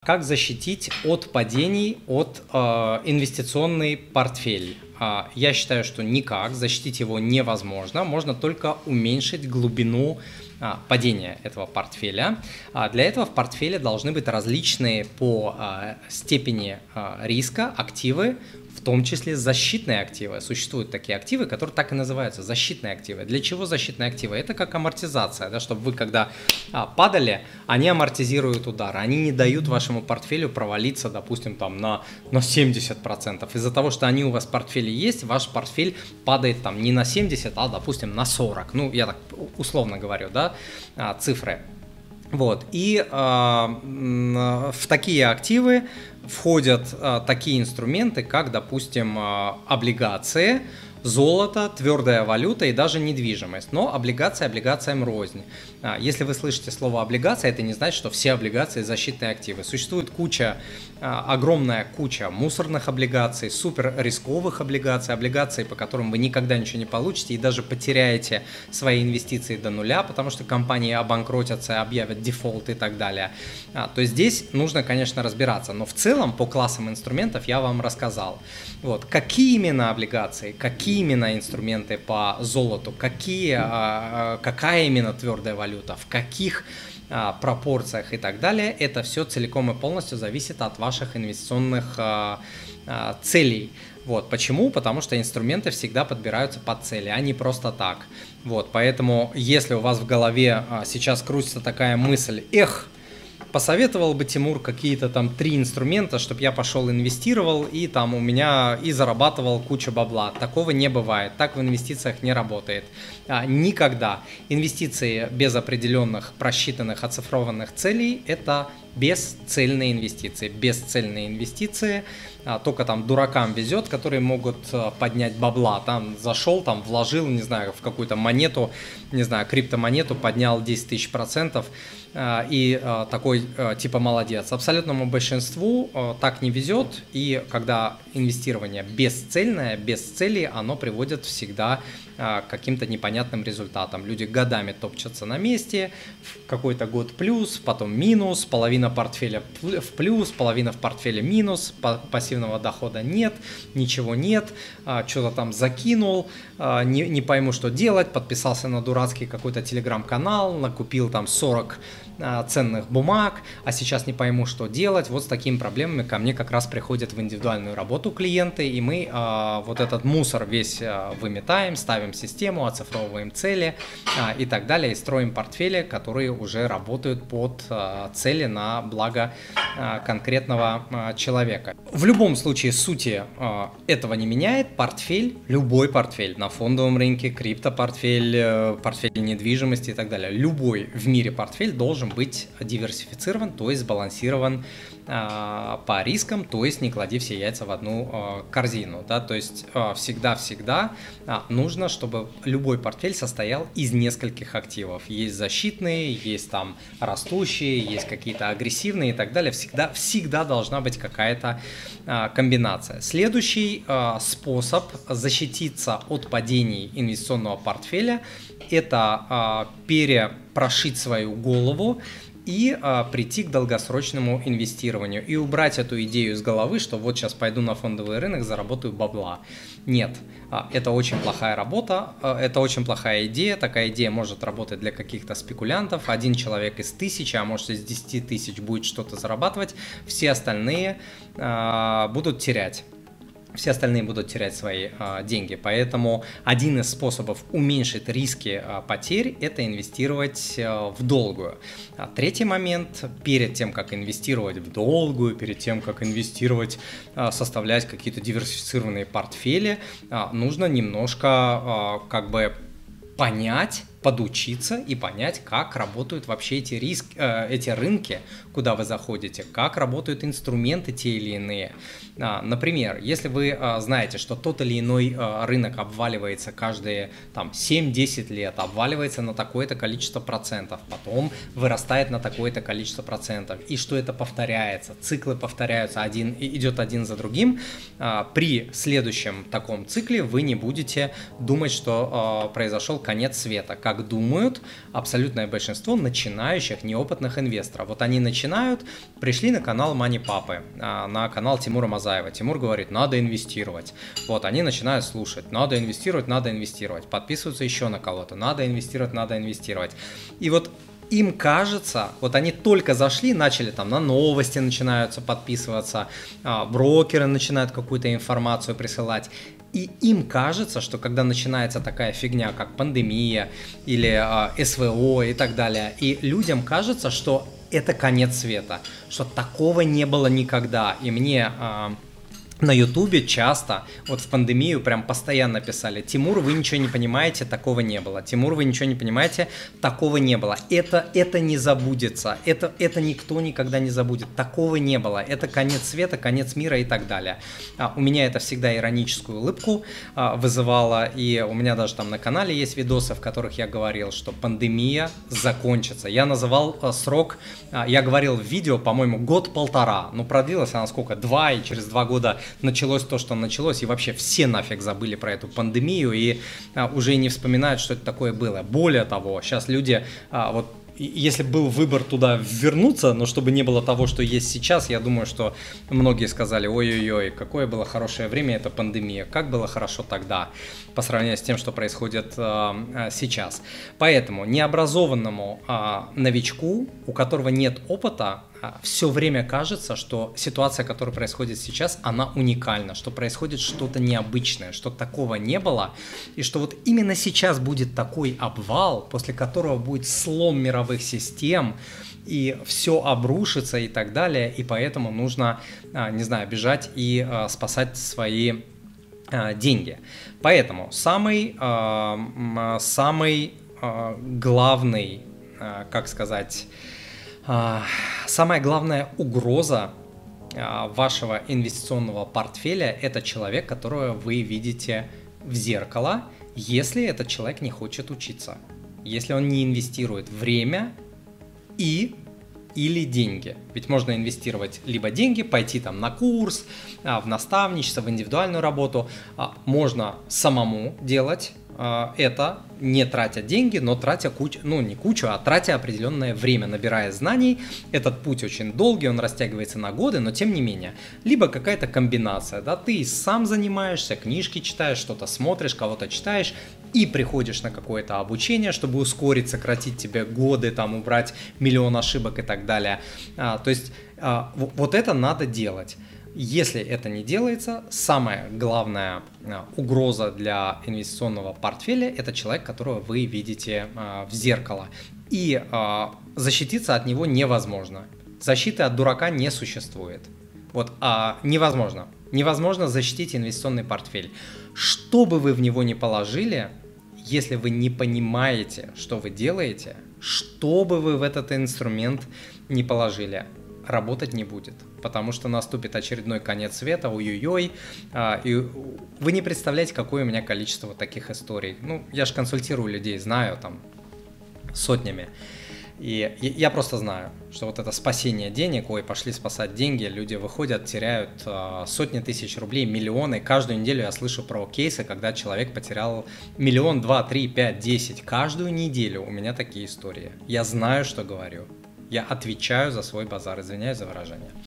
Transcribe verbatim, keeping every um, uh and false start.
Как защитить от падений от э, инвестиционный портфель? Э, я считаю, что никак, защитить его невозможно, можно только уменьшить глубину э, падения этого портфеля. А для этого в портфеле должны быть различные по э, степени э, риска активы, в том числе защитные активы. Существуют такие активы, которые так и называются защитные активы. Для чего защитные активы? Это как амортизация, да, чтобы вы, когда а, падали, они амортизируют удары, они не дают вашему портфелю провалиться, допустим, там на, на семьдесят процентов. Из-за того, что они у вас в портфеле есть, ваш портфель падает там не на семьдесят, а, допустим, на сорок. Ну, я так условно говорю, да, а, цифры. Вот, и э, в такие активы входят э, такие инструменты, как, допустим, э, облигации, золото, твердая валюта и даже недвижимость. Но облигации облигациям рознь. Если вы слышите слово облигация, это не значит, что все облигации защитные активы. Существует куча, огромная куча мусорных облигаций, супер рисковых облигаций, облигаций, по которым вы никогда ничего не получите и даже потеряете свои инвестиции до нуля, потому что компании обанкротятся, объявят дефолт и так далее. То есть здесь нужно, конечно, разбираться. Но в целом по классам инструментов я вам рассказал. Вот. Какие именно облигации, какие именно инструменты по золоту, какие, какая именно твердая валюта, в каких а, пропорциях и так далее, это все целиком и полностью зависит от ваших инвестиционных а, а, целей. Вот. Почему? Потому что инструменты всегда подбираются под цели, а не просто так. Вот. Поэтому, если у вас в голове а, сейчас крутится такая мысль, эх, посоветовал бы Тимур какие-то там три инструмента, чтобы я пошел инвестировал и там у меня и зарабатывал кучу бабла. Такого не бывает, так в инвестициях не работает. А, никогда. Инвестиции без определенных просчитанных оцифрованных целей – это бесцельные инвестиции. Бесцельные инвестиции, а, только там дуракам везет, которые могут а, поднять бабла. Там зашел, там вложил, не знаю, в какую-то монету, не знаю, криптомонету, поднял десять тысяч процентов а, и а, такой а, типа молодец. Абсолютному большинству а, так не везет, и когда инвестирование бесцельное, без цели, оно приводит всегда а, к каким-то непонятным результатам. Люди годами топчутся на месте, какой-то год плюс, потом минус, половина портфеля в плюс, половина в портфеле минус, пассивного дохода нет, ничего нет, что-то там закинул, не, не пойму, что делать, подписался на дурацкий какой-то телеграм-канал, накупил там сорок ценных бумаг, а сейчас не пойму, что делать. Вот с такими проблемами ко мне как раз приходят в индивидуальную работу клиенты, и мы а, вот этот мусор весь а, выметаем, ставим систему, оцифровываем цели а, и так далее, и строим портфели, которые уже работают под а, цели на благо а, конкретного а, человека. В любом случае сути а, этого не меняет. Портфель, любой портфель на фондовом рынке, криптопортфель, портфель недвижимости и так далее, любой в мире портфель должен быть диверсифицирован, то есть сбалансирован э, по рискам, то есть не клади все яйца в одну э, корзину, да, то есть э, всегда-всегда э, нужно, чтобы любой портфель состоял из нескольких активов. Есть защитные, есть там растущие, есть какие-то агрессивные и так далее. Всегда, всегда должна быть какая-то э, комбинация. Следующий э, способ защититься от падений инвестиционного портфеля – это э, перепрошить свою голову и а, прийти к долгосрочному инвестированию и убрать эту идею из головы, что вот сейчас пойду на фондовый рынок, заработаю бабла. Нет, а, это очень плохая работа, а, это очень плохая идея. Такая идея может работать для каких-то спекулянтов. Один человек из тысячи, а может из десяти тысяч будет что-то зарабатывать, все остальные а, будут терять. Все остальные будут терять свои а, деньги, поэтому один из способов уменьшить риски а, потерь – это инвестировать а, в долгую. А третий момент – перед тем, как инвестировать в долгую, перед тем, как инвестировать, а, составлять какие-то диверсифицированные портфели, а, нужно немножко а, как бы понять, подучиться и понять, как работают вообще эти риски, э, эти рынки, куда вы заходите, как работают инструменты те или иные. А, например, если вы э, знаете, что тот или иной э, рынок обваливается каждые там, семь-десять лет, обваливается на такое-то количество процентов, потом вырастает на такое-то количество процентов, и что это повторяется, циклы повторяются, один, идет один за другим, э, при следующем таком цикле вы не будете думать, что э, произошел конец света. как думают абсолютное большинство начинающих, неопытных инвесторов. Вот они начинают, пришли на канал Money Папы, на канал Тимура Мазаева. Тимур говорит, надо инвестировать. Вот они начинают слушать, надо инвестировать, надо инвестировать. Подписываются еще на кого-то, надо инвестировать, надо инвестировать. И вот им кажется, вот они только зашли, начали там на новости начинаются подписываться, брокеры начинают какую-то информацию присылать. И им кажется, что когда начинается такая фигня, как пандемия или а, СВО и так далее, и людям кажется, что это конец света, что такого не было никогда. И мне... А, на Ютубе часто, вот в пандемию прям постоянно писали: Тимур, вы ничего не понимаете, такого не было. Тимур, вы ничего не понимаете, такого не было. Это, это не забудется, это, это никто никогда не забудет, такого не было. Это конец света, конец мира и так далее. А, у меня это всегда ироническую улыбку а, вызывало, и у меня даже там на канале есть видосы, в которых я говорил, что пандемия закончится. Я называл а, срок, а, я говорил в видео, по-моему, год-полтора, ну продлилась она сколько, два, и через два года началось то, что началось, и вообще все нафиг забыли про эту пандемию и а, уже не вспоминают, что это такое было. Более того, сейчас люди, а, вот если был выбор туда вернуться, но чтобы не было того, что есть сейчас, я думаю, что многие сказали: ой-ой-ой, какое было хорошее время, это пандемия, как было хорошо тогда, по сравнению с тем, что происходит а, сейчас. Поэтому необразованному а, новичку, у которого нет опыта, все время кажется, что ситуация, которая происходит сейчас, она уникальна, что происходит что-то необычное, что такого не было, и что вот именно сейчас будет такой обвал, после которого будет слом мировых систем, и все обрушится и так далее, и поэтому нужно, не знаю, бежать и спасать свои деньги. Поэтому самый, самый главный, как сказать... Самая главная угроза вашего инвестиционного портфеля – это человек, которого вы видите в зеркало, если этот человек не хочет учиться, если он не инвестирует время и или деньги. Ведь можно инвестировать либо деньги, пойти там на курс, в наставничество, в индивидуальную работу, можно самому делать это, не тратя деньги, но тратя кучу, ну не кучу, а тратя определенное время, набирая знаний. Этот путь очень долгий, он растягивается на годы, но тем не менее. Либо какая-то комбинация, да, ты сам занимаешься, книжки читаешь, что-то смотришь, кого-то читаешь, и приходишь на какое-то обучение, чтобы ускорить, сократить тебе годы, там, убрать миллион ошибок и так далее. А, то есть а, вот это надо делать. Если это не делается, самая главная а, угроза для инвестиционного портфеля – это человек, которого вы видите а, в зеркало. И а, защититься от него невозможно. Защиты от дурака не существует. Вот, а, невозможно. Невозможно защитить инвестиционный портфель. Что бы вы в него ни положили, если вы не понимаете, что вы делаете, что бы вы в этот инструмент ни положили, работать не будет, потому что наступит очередной конец света, ой-ой-ой, а, и вы не представляете, какое у меня количество вот таких историй. Ну, я же консультирую людей, знаю там сотнями, и я просто знаю, что вот это спасение денег, ой, пошли спасать деньги, люди выходят, теряют а, сотни тысяч рублей, миллионы. Каждую неделю я слышу про кейсы, когда человек потерял миллион, два, три, пять, десять. Каждую неделю у меня такие истории. Я знаю, что говорю. Я отвечаю за свой базар, извиняюсь за выражение.